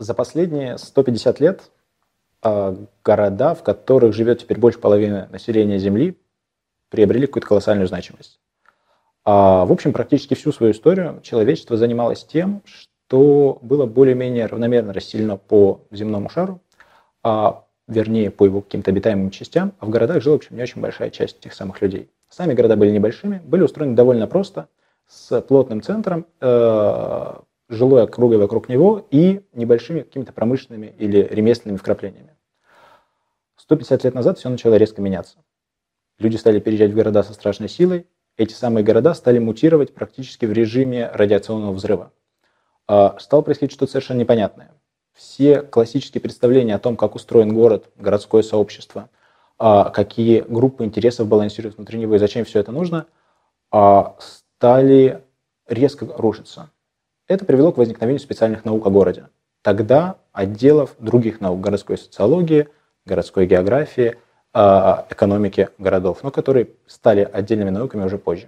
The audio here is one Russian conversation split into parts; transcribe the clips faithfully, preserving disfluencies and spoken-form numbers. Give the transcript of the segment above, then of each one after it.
За последние сто пятьдесят лет а, города, в которых живет теперь больше половины населения Земли, приобрели какую-то колоссальную значимость. А, в общем, практически всю свою историю человечество занималось тем, что было более-менее равномерно расселено по земному шару, а, вернее, по его каким-то обитаемым частям, а в городах жила, в общем, не очень большая часть тех самых людей. Сами города были небольшими, были устроены довольно просто, с плотным центром, э, жилой округой вокруг него и небольшими какими-то промышленными или ремесленными вкраплениями. сто пятьдесят лет назад все начало резко меняться. Люди стали переезжать в города со страшной силой. Эти самые города стали мутировать практически в режиме радиационного взрыва. А стало происходить что-то совершенно непонятное. Все классические представления о том, как устроен город, городское сообщество, а какие группы интересов балансируют внутри него и зачем все это нужно, а стали резко рушиться. Это привело к возникновению специальных наук о городе. Тогда отделов других наук, городской социологии, городской географии, экономики городов, но которые стали отдельными науками уже позже.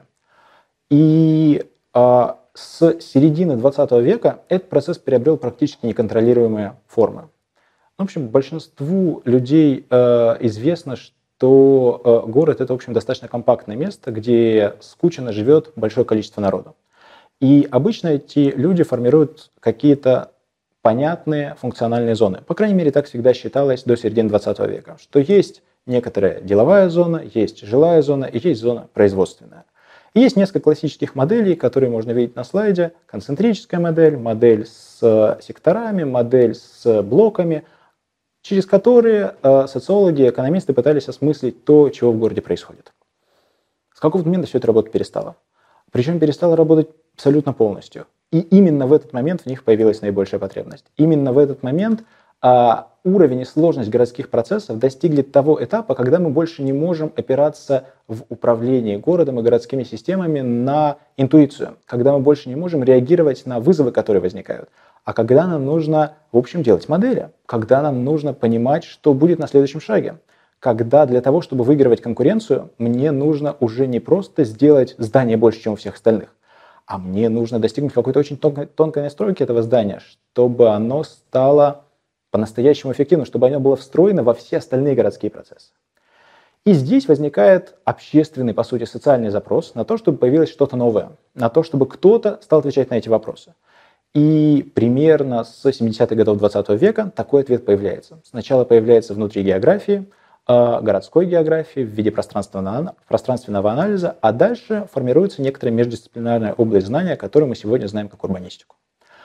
И с середины двадцатого века этот процесс приобрел практически неконтролируемые формы. В общем, большинству людей известно, что город – это, в общем, достаточно компактное место, где скучно живет большое количество народа. И обычно эти люди формируют какие-то понятные функциональные зоны. По крайней мере, так всегда считалось до середины двадцатого века, что есть некоторая деловая зона, есть жилая зона и есть зона производственная. И есть несколько классических моделей, которые можно видеть на слайде. Концентрическая модель, модель с секторами, модель с блоками, через которые социологи, экономисты пытались осмыслить то, чего в городе происходит. С какого-то момента все это работать перестало. Причем перестало работать абсолютно полностью. И именно в этот момент в них появилась наибольшая потребность. Именно в этот момент а, уровень и сложность городских процессов достигли того этапа, когда мы больше не можем опираться в управлении городом и городскими системами на интуицию, когда мы больше не можем реагировать на вызовы, которые возникают, а когда нам нужно, в общем, делать модели, когда нам нужно понимать, что будет на следующем шаге. Когда для того, чтобы выигрывать конкуренцию, мне нужно уже не просто сделать здание больше, чем у всех остальных, а мне нужно достигнуть какой-то очень тонкой, тонкой настройки этого здания, чтобы оно стало по-настоящему эффективным, чтобы оно было встроено во все остальные городские процессы. И здесь возникает общественный, по сути, социальный запрос на то, чтобы появилось что-то новое, на то, чтобы кто-то стал отвечать на эти вопросы. И примерно с семидесятых годов двадцатого века такой ответ появляется. Сначала появляется внутри географии, городской географии в виде пространственного, пространственного анализа, а дальше формируется некоторая междисциплинарная область знания, которую мы сегодня знаем как урбанистику.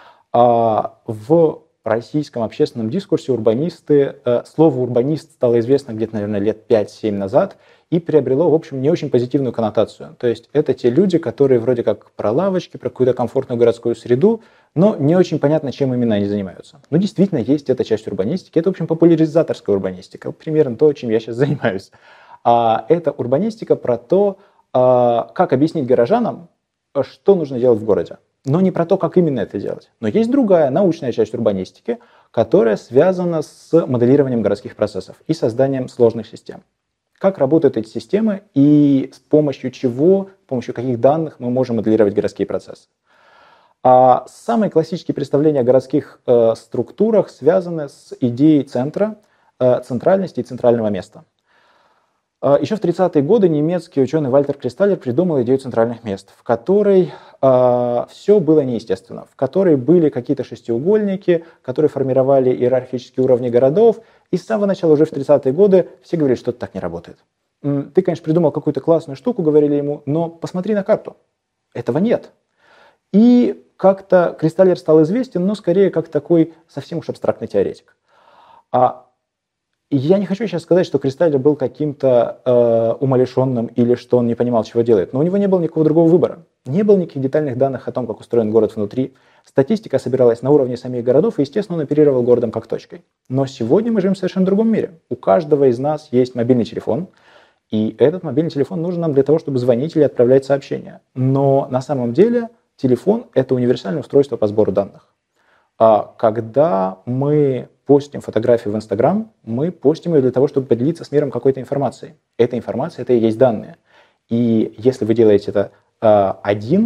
В российском общественном дискурсе урбанисты, слово урбанист стало известно где-то, наверное, лет пять-семь назад и приобрело, в общем, не очень позитивную коннотацию. То есть это те люди, которые вроде как про лавочки, про какую-то комфортную городскую среду, но не очень понятно, чем именно они занимаются. Но действительно есть эта часть урбанистики. Это, в общем, популяризаторская урбанистика. Примерно то, чем я сейчас занимаюсь. А это урбанистика про то, как объяснить горожанам, что нужно делать в городе. Но не про то, как именно это делать. Но есть другая научная часть урбанистики, которая связана с моделированием городских процессов и созданием сложных систем. Как работают эти системы и с помощью чего, с помощью каких данных мы можем моделировать городские процессы. А самые классические представления о городских э, структурах связаны с идеей центра, э, центральности и центрального места. Э, еще в тридцатые годы немецкий ученый Вальтер Кристаллер придумал идею центральных мест, в которой э, все было неестественно, в которой были какие-то шестиугольники, которые формировали иерархические уровни городов, и с самого начала, уже в тридцатые годы, все говорили, что это так не работает. Ты, конечно, придумал какую-то классную штуку, говорили ему, но посмотри на карту. Этого нет. И как-то Кристаллер стал известен, но скорее как такой совсем уж абстрактный теоретик. А я не хочу сейчас сказать, что Кристаллер был каким-то э, умалишенным или что он не понимал, чего делает, но у него не было никакого другого выбора. Не было никаких детальных данных о том, как устроен город внутри. Статистика собиралась на уровне самих городов, и, естественно, он оперировал городом как точкой. Но сегодня мы живем в совершенно другом мире. У каждого из нас есть мобильный телефон, и этот мобильный телефон нужен нам для того, чтобы звонить или отправлять сообщения. Но на самом деле телефон – это универсальное устройство по сбору данных. А когда мы постим фотографию в Инстаграм, мы постим ее для того, чтобы поделиться с миром какой-то информацией. Эта информация – это и есть данные. И если вы делаете это а, один,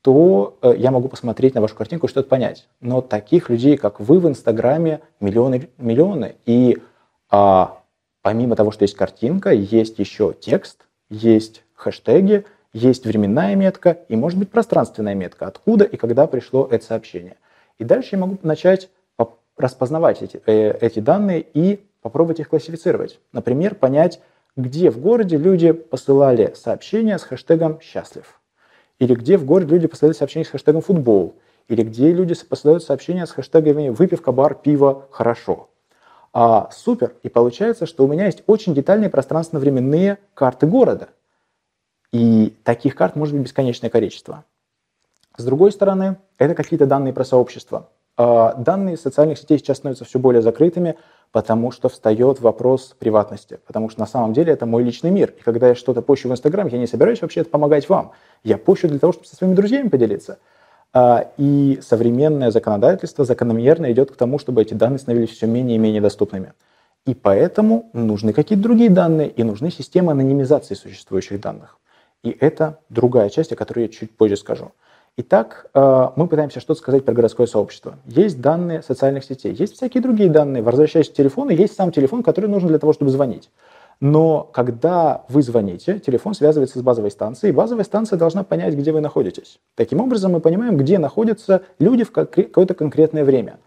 то э, я могу посмотреть на вашу картинку и что-то понять. Но таких людей, как вы в Инстаграме, миллионы, миллионы. И а, помимо того, что есть картинка, есть еще текст, есть хэштеги, есть временная метка и, может быть, пространственная метка, откуда и когда пришло это сообщение. И дальше я могу начать распознавать эти, э, эти данные и попробовать их классифицировать. Например, понять, где в городе люди посылали сообщения с хэштегом «счастлив», или где в городе люди посылали сообщения с хэштегом «футбол», или где люди посылают сообщения с хэштегами «выпивка, бар, пиво, хорошо». А, супер! И получается, что у меня есть очень детальные пространственно-временные карты города. И таких карт может быть бесконечное количество. С другой стороны, это какие-то данные про сообщество. Данные социальных сетей сейчас становятся все более закрытыми, потому что встает вопрос приватности. Потому что на самом деле это мой личный мир. И когда я что-то пощу в Инстаграм, я не собираюсь вообще помогать вам. Я пощу для того, чтобы со своими друзьями поделиться. И современное законодательство закономерно идет к тому, чтобы эти данные становились все менее и менее доступными. И поэтому нужны какие-то другие данные, и нужны системы анонимизации существующих данных. И это другая часть, о которой я чуть позже скажу. Итак, мы пытаемся что-то сказать про городское сообщество. Есть данные социальных сетей, есть всякие другие данные. Возвращаясь к телефону, есть сам телефон, который нужен для того, чтобы звонить. Но когда вы звоните, телефон связывается с базовой станцией, и базовая станция должна понять, где вы находитесь. Таким образом, мы понимаем, где находятся люди в какое-то конкретное время.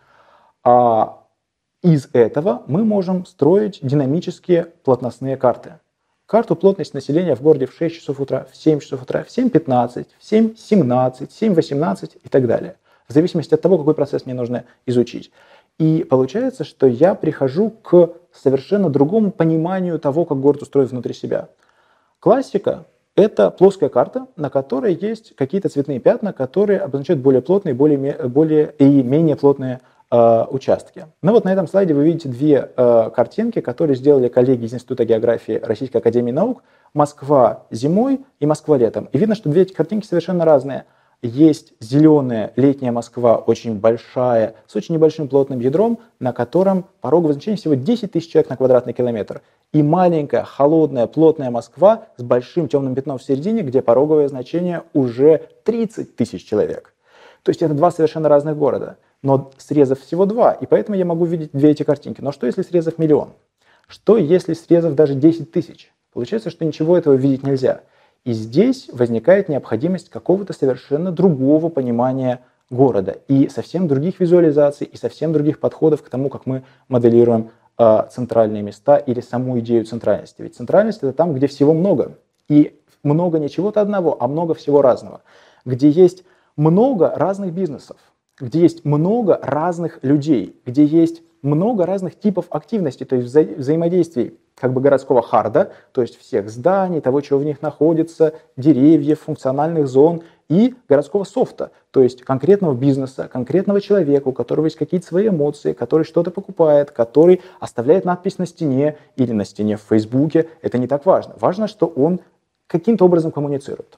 А из этого мы можем строить динамические плотностные карты. Карту плотности населения в городе в шесть часов утра, в семь часов утра, в семь пятнадцать, в семь семнадцать, в семь восемнадцать и так далее. В зависимости от того, какой процесс мне нужно изучить. И получается, что я прихожу к совершенно другому пониманию того, как город устроен внутри себя. Классика – это плоская карта, на которой есть какие-то цветные пятна, которые обозначают более плотные более, более и менее плотные э, участки. Ну вот на этом слайде вы видите две э, картинки, которые сделали коллеги из Института географии Российской академии наук. Москва зимой и Москва летом. И видно, что две эти картинки совершенно разные. Есть зеленая летняя Москва, очень большая, с очень небольшим плотным ядром, на котором пороговое значение всего десять тысяч человек на квадратный километр. И маленькая, холодная, плотная Москва с большим темным пятном в середине, где пороговое значение уже тридцать тысяч человек. То есть это два совершенно разных города. Но срезов всего два, и поэтому я могу видеть две эти картинки. Но что если срезов миллион? Что если срезов даже десять тысяч? Получается, что ничего этого видеть нельзя. И здесь возникает необходимость какого-то совершенно другого понимания города и совсем других визуализаций, и совсем других подходов к тому, как мы моделируем э, центральные места или саму идею центральности. Ведь центральность – это там, где всего много. И много не чего-то одного, а много всего разного. Где есть много разных бизнесов, где есть много разных людей, где есть много разных типов активности, то есть вза- взаимодействий как бы городского харда, то есть всех зданий, того, чего в них находится, деревьев, функциональных зон, и городского софта, то есть конкретного бизнеса, конкретного человека, у которого есть какие-то свои эмоции, который что-то покупает, который оставляет надпись на стене или на стене в Фейсбуке. Это не так важно. Важно, что он каким-то образом коммуницирует.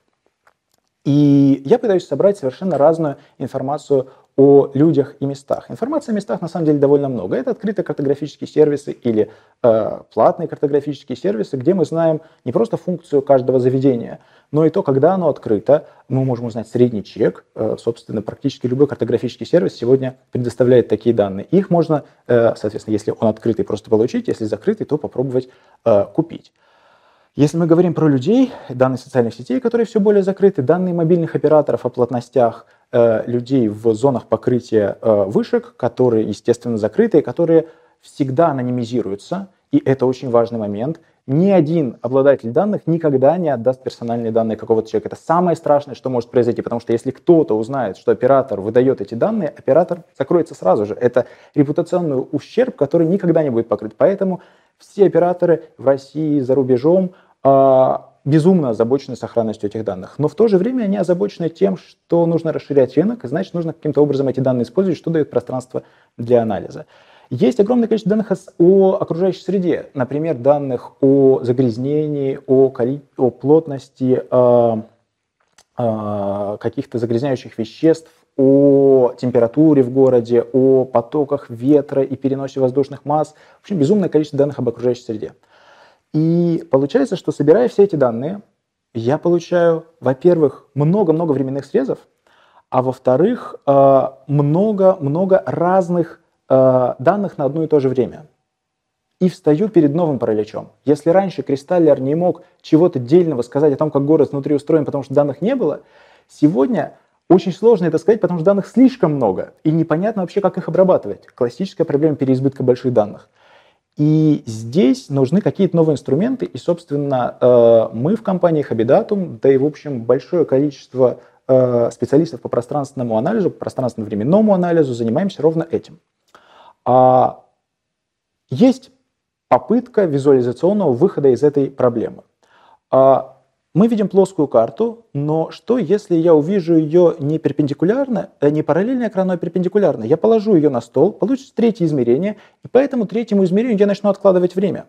И я пытаюсь собрать совершенно разную информацию о людях и местах. Информации о местах на самом деле довольно много. Это открытые картографические сервисы или э, платные картографические сервисы, где мы знаем не просто функцию каждого заведения, но и то, когда оно открыто. Мы можем узнать средний чек. Э, собственно, практически любой картографический сервис сегодня предоставляет такие данные. Их можно, э, соответственно, если он открытый, просто получить, если закрытый, то попробовать э, купить. Если мы говорим про людей, данные социальных сетей, которые все более закрыты, данные мобильных операторов о плотностях э, людей в зонах покрытия э, вышек, которые, естественно, закрытые, которые всегда анонимизируются, и это очень важный момент. Ни один обладатель данных никогда не отдаст персональные данные какого-то человека. Это самое страшное, что может произойти, потому что если кто-то узнает, что оператор выдает эти данные, оператор закроется сразу же. Это репутационный ущерб, который никогда не будет покрыт. Поэтому все операторы в России, за рубежом а, безумно озабочены сохранностью этих данных. Но в то же время они озабочены тем, что нужно расширять рынок, и значит, нужно каким-то образом эти данные использовать, что дает пространство для анализа. Есть огромное количество данных о окружающей среде, например, данных о загрязнении, о, коли... о плотности э, э, каких-то загрязняющих веществ, о температуре в городе, о потоках ветра и переносе воздушных масс. В общем, безумное количество данных об окружающей среде. И получается, что собирая все эти данные, я получаю, во-первых, много-много временных срезов, а во-вторых, много-много разных данных на одно и то же время. И встаю перед новым параличом. Если раньше Кристаллер не мог чего-то дельного сказать о том, как город внутри устроен, потому что данных не было, сегодня очень сложно это сказать, потому что данных слишком много, и непонятно вообще, как их обрабатывать. Классическая проблема переизбытка больших данных. И здесь нужны какие-то новые инструменты, и, собственно, мы в компании Habidatum, да и, в общем, большое количество специалистов по пространственному анализу, по пространственно-временному анализу занимаемся ровно этим. А есть попытка визуализационного выхода из этой проблемы. Мы видим плоскую карту, но что, если я увижу ее не перпендикулярно, не параллельно экрану, а перпендикулярно? Я положу ее на стол, получится третье измерение, и по этому третьему измерению я начну откладывать время.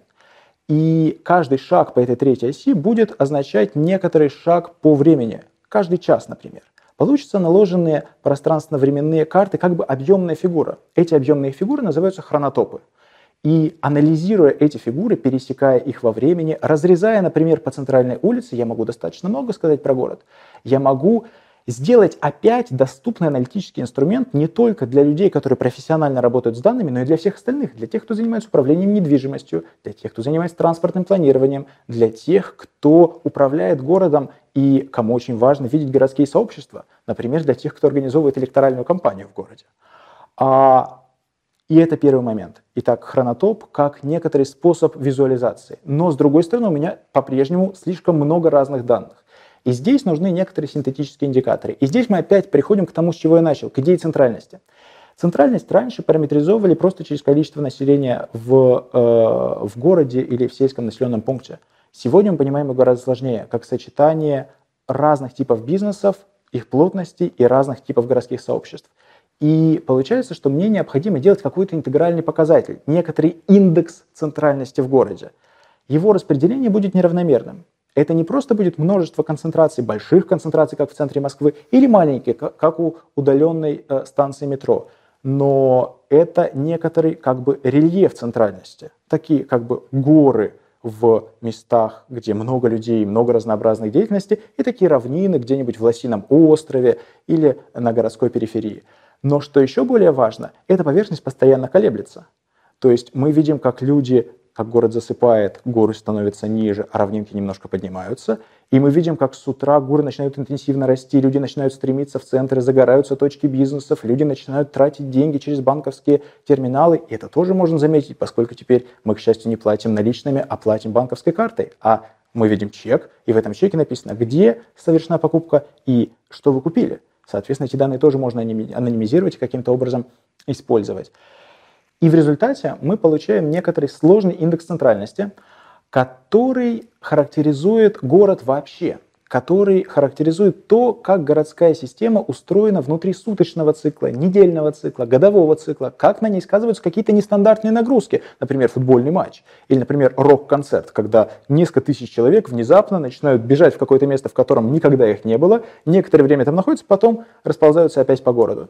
И каждый шаг по этой третьей оси будет означать некоторый шаг по времени, каждый час, например. Получатся наложенные пространственно-временные карты, как бы объемная фигура. Эти объемные фигуры называются хронотопы. И анализируя эти фигуры, пересекая их во времени, разрезая, например, по центральной улице, я могу достаточно много сказать про город, я могу сделать опять доступный аналитический инструмент не только для людей, которые профессионально работают с данными, но и для всех остальных, для тех, кто занимается управлением недвижимостью, для тех, кто занимается транспортным планированием, для тех, кто управляет городом и кому очень важно видеть городские сообщества, например, для тех, кто организовывает электоральную кампанию в городе. А И это первый момент. Итак, хронотоп как некоторый способ визуализации. Но, с другой стороны, у меня по-прежнему слишком много разных данных. И здесь нужны некоторые синтетические индикаторы. И здесь мы опять приходим к тому, с чего я начал, к идее центральности. Центральность раньше параметризовывали просто через количество населения в, э, в городе или в сельском населенном пункте. Сегодня мы понимаем его гораздо сложнее, как сочетание разных типов бизнесов, их плотности и разных типов городских сообществ. И получается, что мне необходимо делать какой-то интегральный показатель, некоторый индекс центральности в городе. Его распределение будет неравномерным. Это не просто будет множество концентраций, больших концентраций, как в центре Москвы, или маленькие, как у удаленной э, станции метро. Но это некоторый как бы рельеф центральности. Такие как бы горы в местах, где много людей, много разнообразной деятельности, и такие равнины где-нибудь в Лосином острове или на городской периферии. Но что еще более важно, эта поверхность постоянно колеблется. То есть мы видим, как люди, как город засыпает, горы становятся ниже, а равнинки немножко поднимаются. И мы видим, как с утра горы начинают интенсивно расти, люди начинают стремиться в центры, загораются точки бизнесов, люди начинают тратить деньги через банковские терминалы. И это тоже можно заметить, поскольку теперь мы, к счастью, не платим наличными, а платим банковской картой. А мы видим чек, и в этом чеке написано, где совершена покупка и что вы купили. Соответственно, эти данные тоже можно анонимизировать и каким-то образом использовать. И в результате мы получаем некоторый сложный индекс центральности, который характеризует город вообще, который характеризует то, как городская система устроена внутри суточного цикла, недельного цикла, годового цикла, как на ней сказываются какие-то нестандартные нагрузки, например, футбольный матч, или, например, рок-концерт, когда несколько тысяч человек внезапно начинают бежать в какое-то место, в котором никогда их не было, некоторое время там находятся, потом расползаются опять по городу.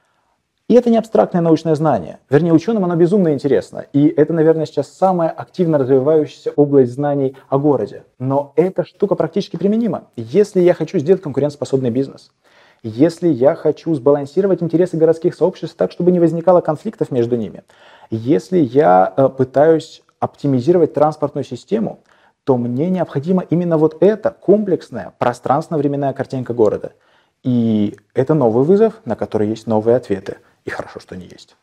И это не абстрактное научное знание. Вернее, ученым оно безумно интересно. И это, наверное, сейчас самая активно развивающаяся область знаний о городе. Но эта штука практически применима. Если я хочу сделать конкурентоспособный бизнес, если я хочу сбалансировать интересы городских сообществ так, чтобы не возникало конфликтов между ними, если я э, пытаюсь оптимизировать транспортную систему, то мне необходима именно вот эта комплексная пространственно-временная картинка города. И это новый вызов, на который есть новые ответы. И хорошо, что они есть.